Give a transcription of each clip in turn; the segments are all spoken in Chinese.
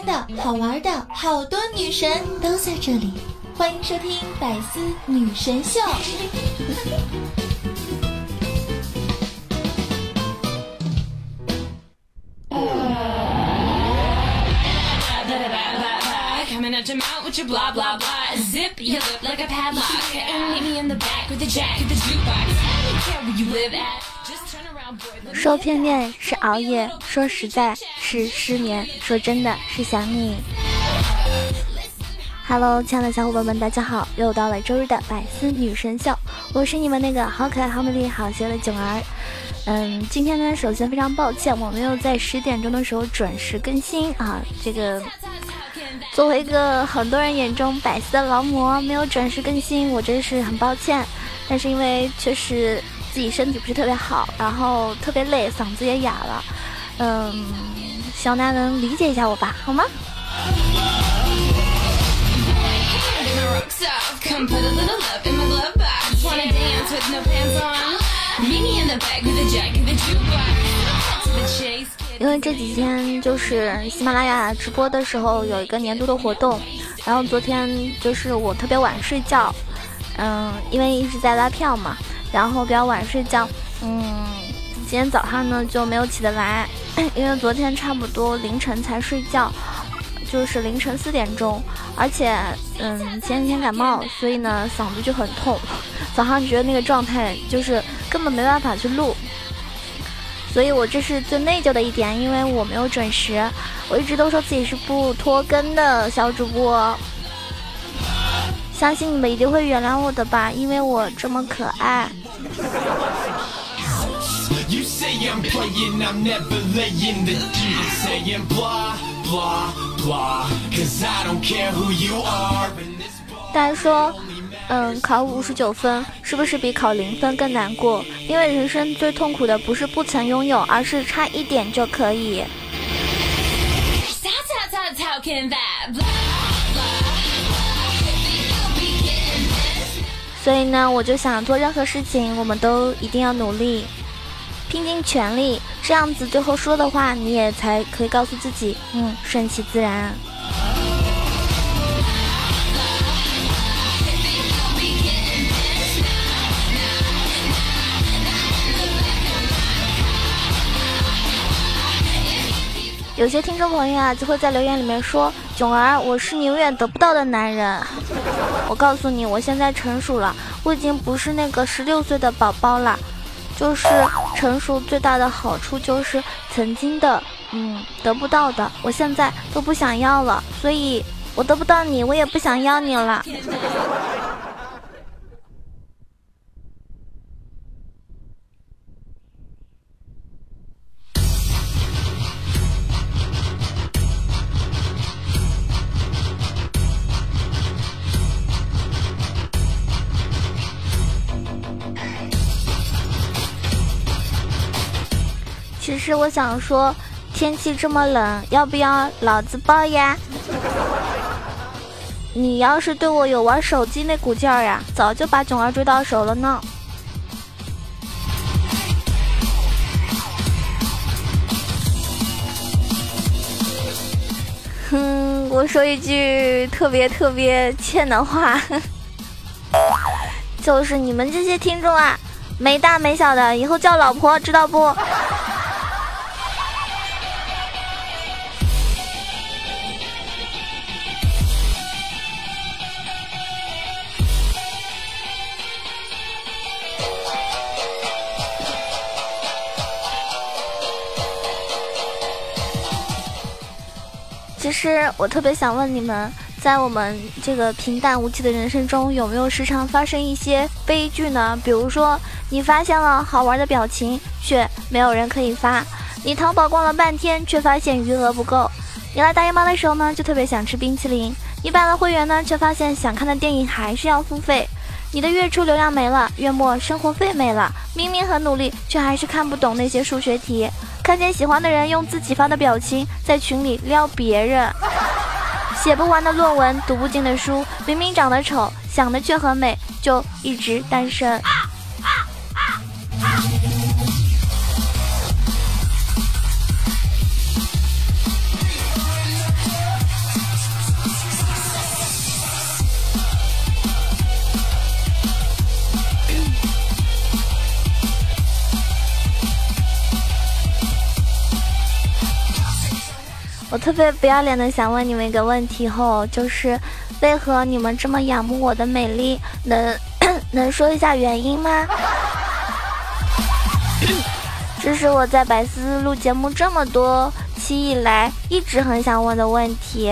的、好玩的，好多女神都在这里，欢迎收听百思女神秀。 说片面是熬夜，说实在是失眠，说真的是想你。Hello， 亲爱的小伙伴们，大家好！又到了周日的百思女神秀，我是你们那个好可爱、好美丽、好邪的囧儿。今天呢，首先非常抱歉，我没有在10点钟的时候准时更新啊。这个作为一个很多人眼中百思的劳模，没有准时更新，我真是很抱歉。但是因为确实自己身体不是特别好，然后特别累，嗓子也哑了，希望大家能理解一下我吧，好吗？因为这几天就是喜马拉雅直播的时候有一个年度的活动，然后昨天就是我特别晚睡觉，因为一直在拉票嘛，然后比较晚睡觉，今天早上呢就没有起得来，因为昨天差不多凌晨才睡觉，就是凌晨4点钟，而且前几天感冒，所以呢嗓子就很痛，早上觉得那个状态就是根本没办法去录，所以我这是最内疚的一点，因为我没有准时，我一直都说自己是不拖更的小主播，相信你们一定会原谅我的吧，因为我这么可爱。大家说考59分是不是比考0分更难过？因为人生最痛苦的不是不曾拥有，而是差一点就可以。所以呢，我就想做任何事情我们都一定要努力，拼尽全力，这样子最后说的话你也才可以告诉自己顺其自然。有些听众朋友啊，就会在留言里面说，囧儿，我是你永远得不到的男人。我告诉你，我现在成熟了，我已经不是那个16岁的宝宝了。就是成熟最大的好处就是曾经的得不到的，我现在都不想要了，所以我得不到你，我也不想要你了。其实我想说，天气这么冷，要不要老子抱呀？你要是对我有玩手机那股劲儿呀，早就把囧儿追到手了呢。我说一句特别欠的话，就是你们这些听众啊，没大没小的，以后叫老婆，知道不？其实我特别想问你们，在我们这个平淡无奇的人生中，有没有时常发生一些悲剧呢？比如说你发现了好玩的表情，却没有人可以发；你淘宝逛了半天，却发现余额不够；你来大姨妈的时候呢，就特别想吃冰淇淋；你办了会员呢，却发现想看的电影还是要付费；你的月初流量没了，月末生活费没了，明明很努力，却还是看不懂那些数学题；看见喜欢的人用自己发的表情在群里撩别人，写不完的论文，读不尽的书，明明长得丑，想的却很美，就一直单身。 特别不要脸的想问你们一个问题就是为何你们这么仰慕我的美丽？能说一下原因吗？这是我在百思录节目这么多期以来一直很想问的问题。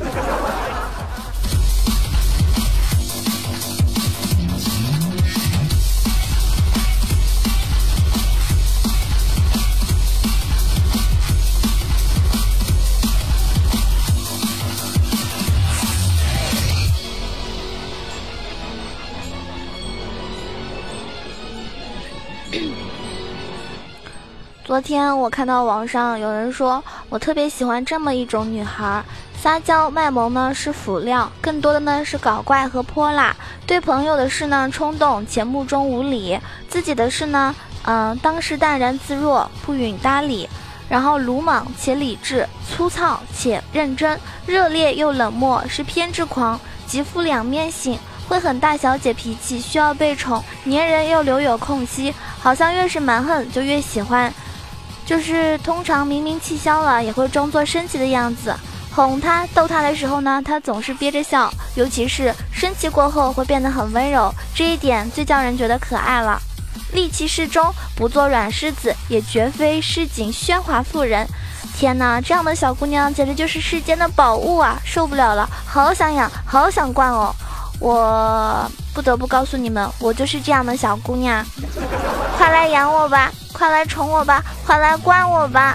昨天我看到网上有人说，我特别喜欢这么一种女孩，撒娇卖萌呢是辅料，更多的呢是搞怪和泼辣，对朋友的事呢冲动且目中无理，自己的事呢当时淡然自若，不允搭理，然后鲁莽且理智，粗糙且认真，热烈又冷漠，是偏执狂，极富两面性，会很大小姐脾气，需要被宠，粘人又留有空隙，好像越是蛮横就越喜欢，就是通常明明气消了也会装作生气的样子，哄他逗他的时候呢，他总是憋着笑，尤其是生气过后会变得很温柔，这一点最叫人觉得可爱了。戾气适中，不做软柿子，也绝非市井喧哗妇人。天哪，这样的小姑娘简直就是世间的宝物啊！受不了了，好想养，好想惯哦！我不得不告诉你们，我就是这样的小姑娘，快来养我吧，快来宠我吧，快来惯我吧！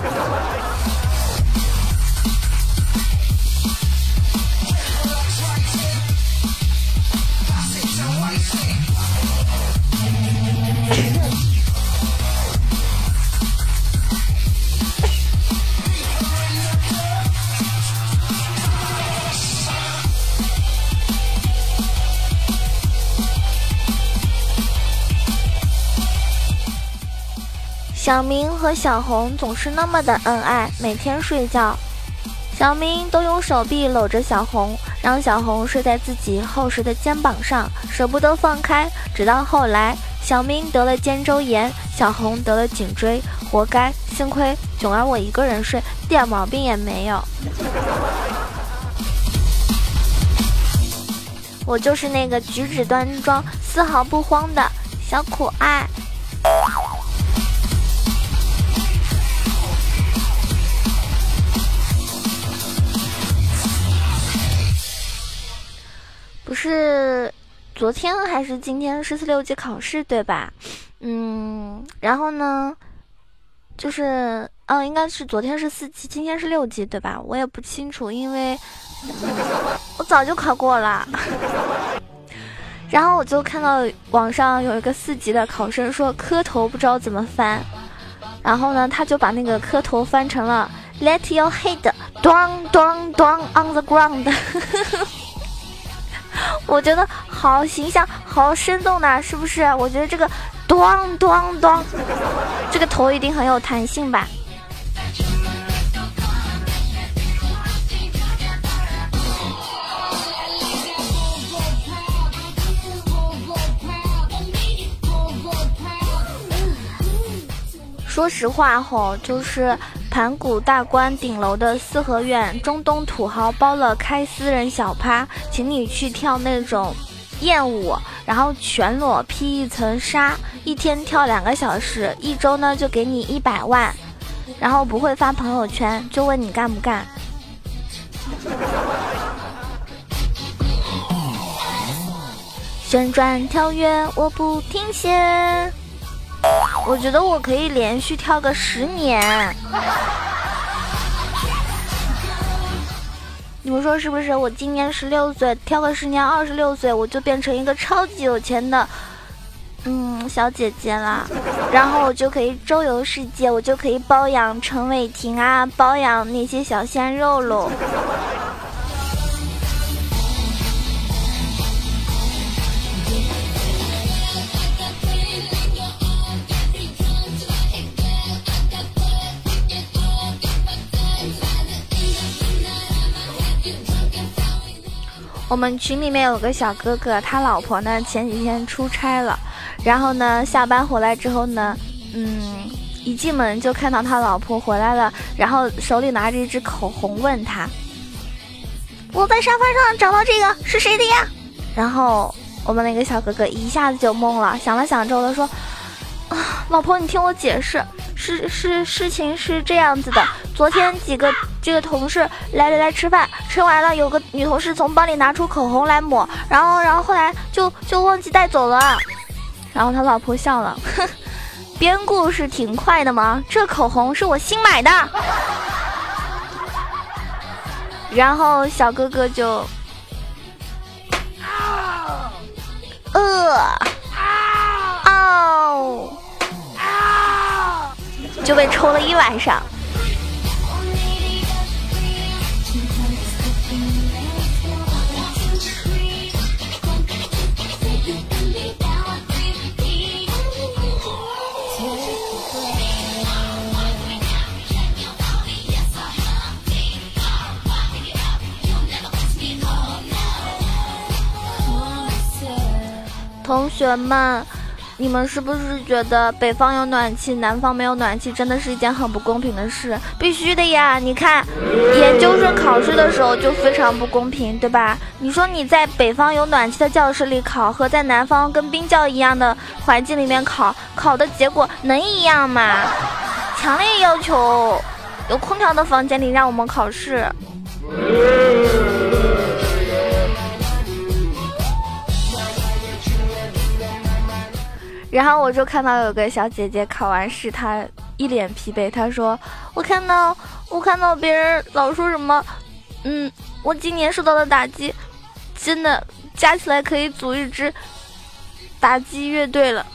小明和小红总是那么的恩爱，每天睡觉，小明都用手臂搂着小红，让小红睡在自己厚实的肩膀上，舍不得放开。直到后来，小明得了肩周炎，小红得了颈椎，活该，幸亏囧儿我一个人睡，一点毛病也没有。我就是那个举止端庄、丝毫不慌的小可爱。不是昨天还是今天是4、6级考试对吧？然后呢，就是应该是昨天是4级，今天是6级对吧？我也不清楚，因为我早就考过了。然后我就看到网上有一个4级的考生说磕头不知道怎么翻，然后呢他就把那个磕头翻成了 Let your head down down down on the ground。我觉得好形象，好生动的，是不是？我觉得这个咚咚咚，这个头一定很有弹性吧。说实话就是盘古大观顶楼的四合院，中东土豪包了开私人小趴，请你去跳那种艳舞，然后全裸披一层纱，一天跳2个小时，一周呢就给你100万，然后不会发朋友圈，就问你干不干。旋转跳跃我不停歇，我觉得我可以连续跳个10年。你们说是不是？我今年16岁，跳个10年，26岁我就变成一个超级有钱的小姐姐啦，然后我就可以周游世界，我就可以包养陈伟霆啊，包养那些小鲜肉喽。我们群里面有个小哥哥，他老婆呢前几天出差了，然后呢下班回来之后呢， 一进门就看到他老婆回来了，然后手里拿着一支口红，问他：“我在沙发上找到这个是谁的呀？”然后我们那个小哥哥一下子就懵了，想了想之后他说：“老婆，你听我解释，事情是这样子的，昨天这个同事来吃饭，吃完了有个女同事从包里拿出口红来抹，然后后来就忘记带走了。”然后他老婆笑了，哼，编故事挺快的嘛，这口红是我新买的。然后小哥哥就就被抽了一晚上。同学们，你们是不是觉得北方有暖气，南方没有暖气，真的是一件很不公平的事？必须的呀！你看，研究生考试的时候就非常不公平，对吧？你说你在北方有暖气的教室里考，和在南方跟冰窖一样的环境里面考的结果能一样吗？强烈要求有空调的房间里让我们考试。然后我就看到有个小姐姐考完试，她一脸疲惫，她说：“我看到别人老说什么，我今年受到的打击，真的加起来可以组一支打击乐队了。”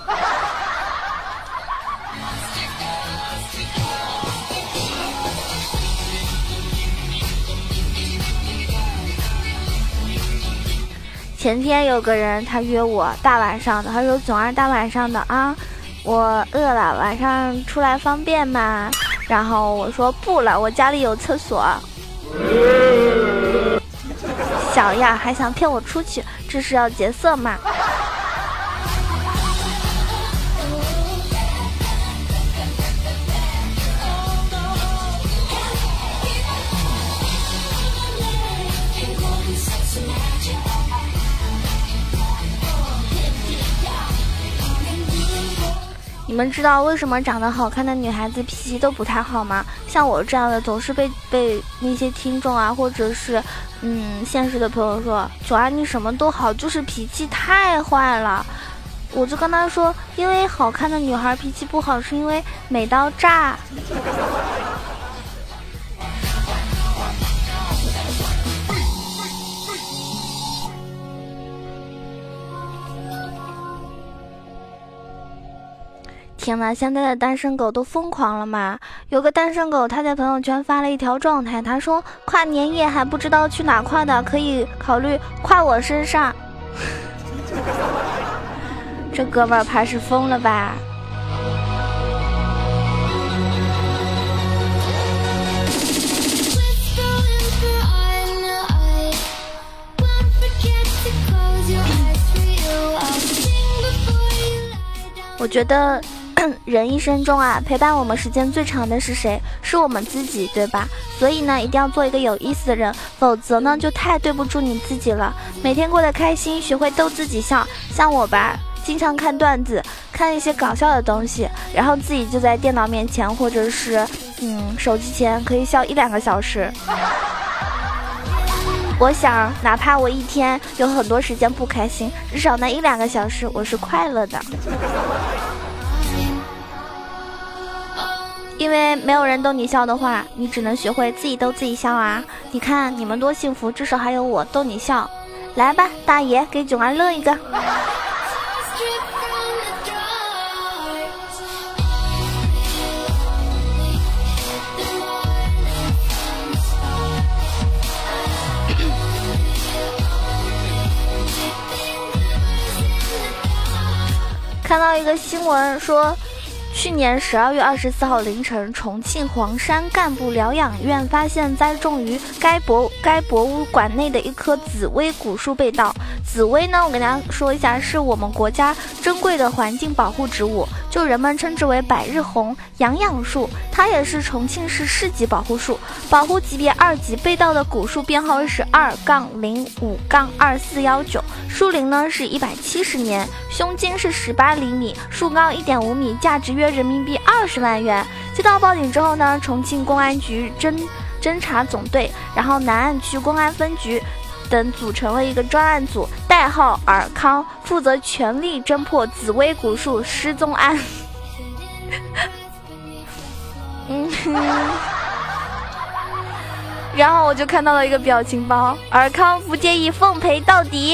前天有个人他约我大晚上的，他说囧儿大晚上的啊，我饿了，晚上出来方便吗？然后我说不了，我家里有厕所。小样，还想骗我出去，这是要劫色吗？你们知道为什么长得好看的女孩子脾气都不太好吗？像我这样的总是被那些听众啊，或者是现实的朋友说，九儿你什么都好，就是脾气太坏了。我就跟他说，因为好看的女孩脾气不好，是因为美到炸。天哪，现在的单身狗都疯狂了吗？有个单身狗他在朋友圈发了一条状态，他说跨年夜还不知道去哪跨的，可以考虑跨我身上。这哥们儿怕是疯了吧。我觉得人一生中啊，陪伴我们时间最长的是谁？是我们自己，对吧？所以呢，一定要做一个有意思的人，否则呢，就太对不住你自己了。每天过得开心，学会逗自己笑。像我吧，经常看段子，看一些搞笑的东西，然后自己就在电脑面前或者是手机前可以笑1-2个小时。我想，哪怕我一天有很多时间不开心，至少那1-2个小时我是快乐的。因为没有人逗你笑的话，你只能学会自己逗自己笑啊！你看你们多幸福，至少还有我逗你笑。来吧，大爷，给囧儿乐一个。看到一个新闻说，去年12月24号凌晨，重庆黄山干部疗养院发现栽种于该博物馆内的一棵紫薇古树被盗。紫薇呢，我跟大家说一下，是我们国家珍贵的环境保护植物， 就人们称之为百日红、洋杨树，它也是重庆市市级保护树，保护级别2级，被盗的古树编号是2-05-2419，树龄呢是170年，胸径是18厘米，树高1.5米，价值约人民币20万元。接到报警之后呢，重庆公安局侦查总队，然后南岸区公安分局等组成了一个专案组，代号尔康，负责全力侦破紫薇古树失踪案。然后我就看到了一个表情包，尔康不介意奉陪到底。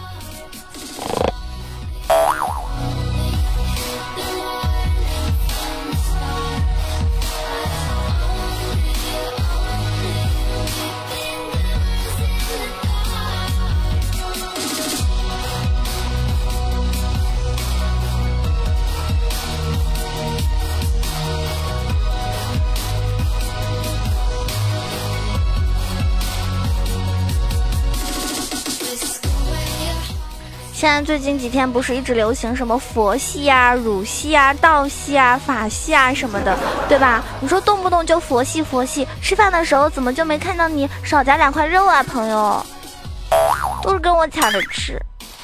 现在最近几天不是一直流行什么佛系啊、儒系啊、道系啊、法系啊什么的，对吧？你说动不动就佛系，吃饭的时候怎么就没看到你少夹2块肉啊，朋友？都是跟我抢着吃。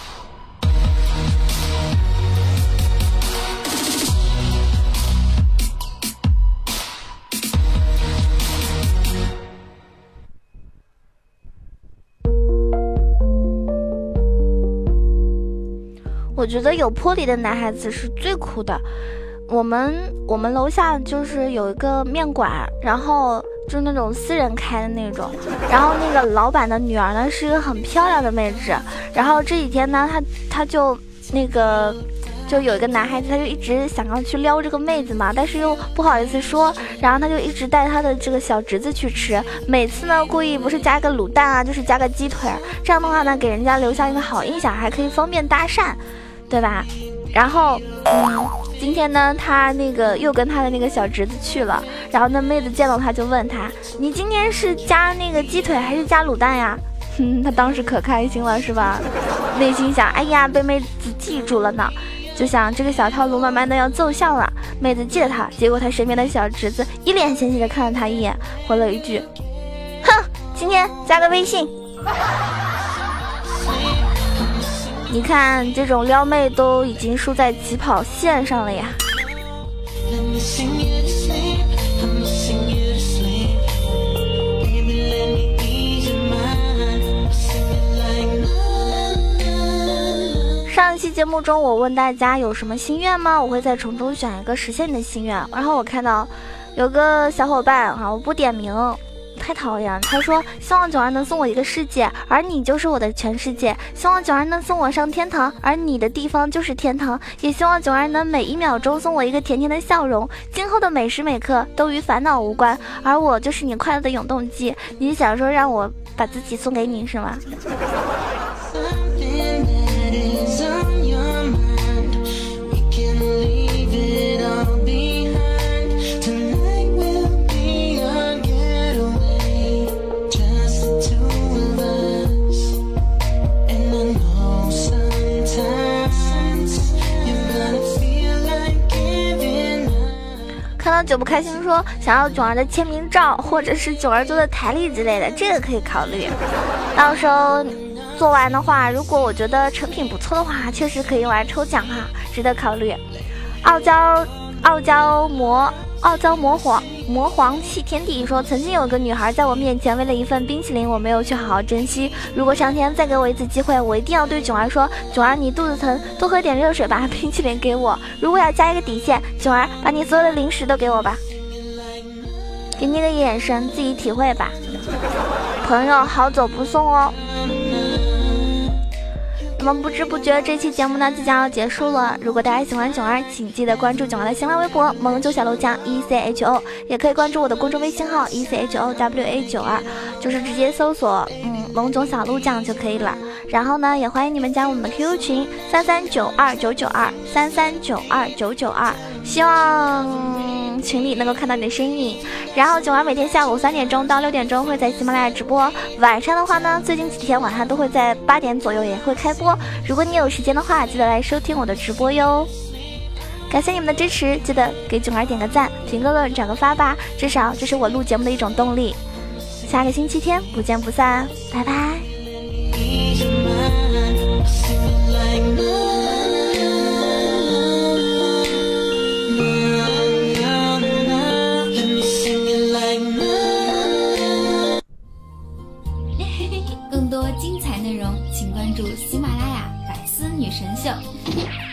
我觉得有魄力的男孩子是最酷的。我们楼下就是有一个面馆，然后就是那种私人开的那种，然后那个老板的女儿呢是一个很漂亮的妹子，然后这几天呢他就就有一个男孩子，他就一直想要去撩这个妹子嘛，但是又不好意思说，然后他就一直带他的这个小侄子去吃，每次呢故意不是加个卤蛋啊，就是加个鸡腿，这样的话呢给人家留下一个好印象，还可以方便搭讪，对吧？然后今天呢他又跟他的那个小侄子去了，然后那妹子见到他就问他，你今天是加那个鸡腿还是加卤蛋呀？他当时可开心了是吧？内心想，哎呀被妹子记住了呢，就想这个小套路慢慢的要奏效了，妹子记得他，结果他身边的小侄子一脸嫌弃的看了他一眼，回了一句，哼，今天加个微信。你看这种撩妹都已经输在起跑线上了呀。上一期节目中我问大家有什么心愿吗？我会在从中选一个实现你的心愿。然后我看到有个小伙伴啊，我不点名太讨厌，他说希望囧儿能送我一个世界，而你就是我的全世界，希望囧儿能送我上天堂，而你的地方就是天堂，也希望囧儿能每1秒钟送我一个甜甜的笑容，今后的每时每刻都与烦恼无关，而我就是你快乐的永动机。你想说让我把自己送给你是吗？看到九不开心说想要囧儿的签名照，或者是囧儿做的台历之类的，这个可以考虑。到时候做完的话，如果我觉得成品不错的话，确实可以用来抽奖哈，值得考虑。傲娇魔皇系天地说，曾经有个女孩在我面前，为了一份冰淇淋我没有去好好珍惜，如果上天再给我一次机会，我一定要对囧儿说，囧儿你肚子疼，多喝点热水吧，冰淇淋给我，如果要加一个底线，囧儿把你所有的零食都给我吧。给你个眼神，自己体会吧。朋友好走不送哦。那么不知不觉这期节目呢即将要结束了，如果大家喜欢囧儿，请记得关注囧儿的新浪微博萌九小楼酱 ECHO， 也可以关注我的公众微信号 ECHOWA92， 就是直接搜索萌囧小鹿酱就可以了。然后呢也欢迎你们加入我们的 QQ 群33929923392992，希望群里能够看到你的身影。然后囧儿每天下午3点钟到6点钟会在喜马拉雅直播，晚上的话呢最近几天晚上都会在8点左右也会开播，如果你有时间的话记得来收听我的直播哟。 感谢你们的支持，记得给囧儿点个赞，评哥哥转个发吧，至少这是我录节目的一种动力。下个星期天不见不散，拜拜。 更多精彩内容请关注喜马拉雅百思女神秀。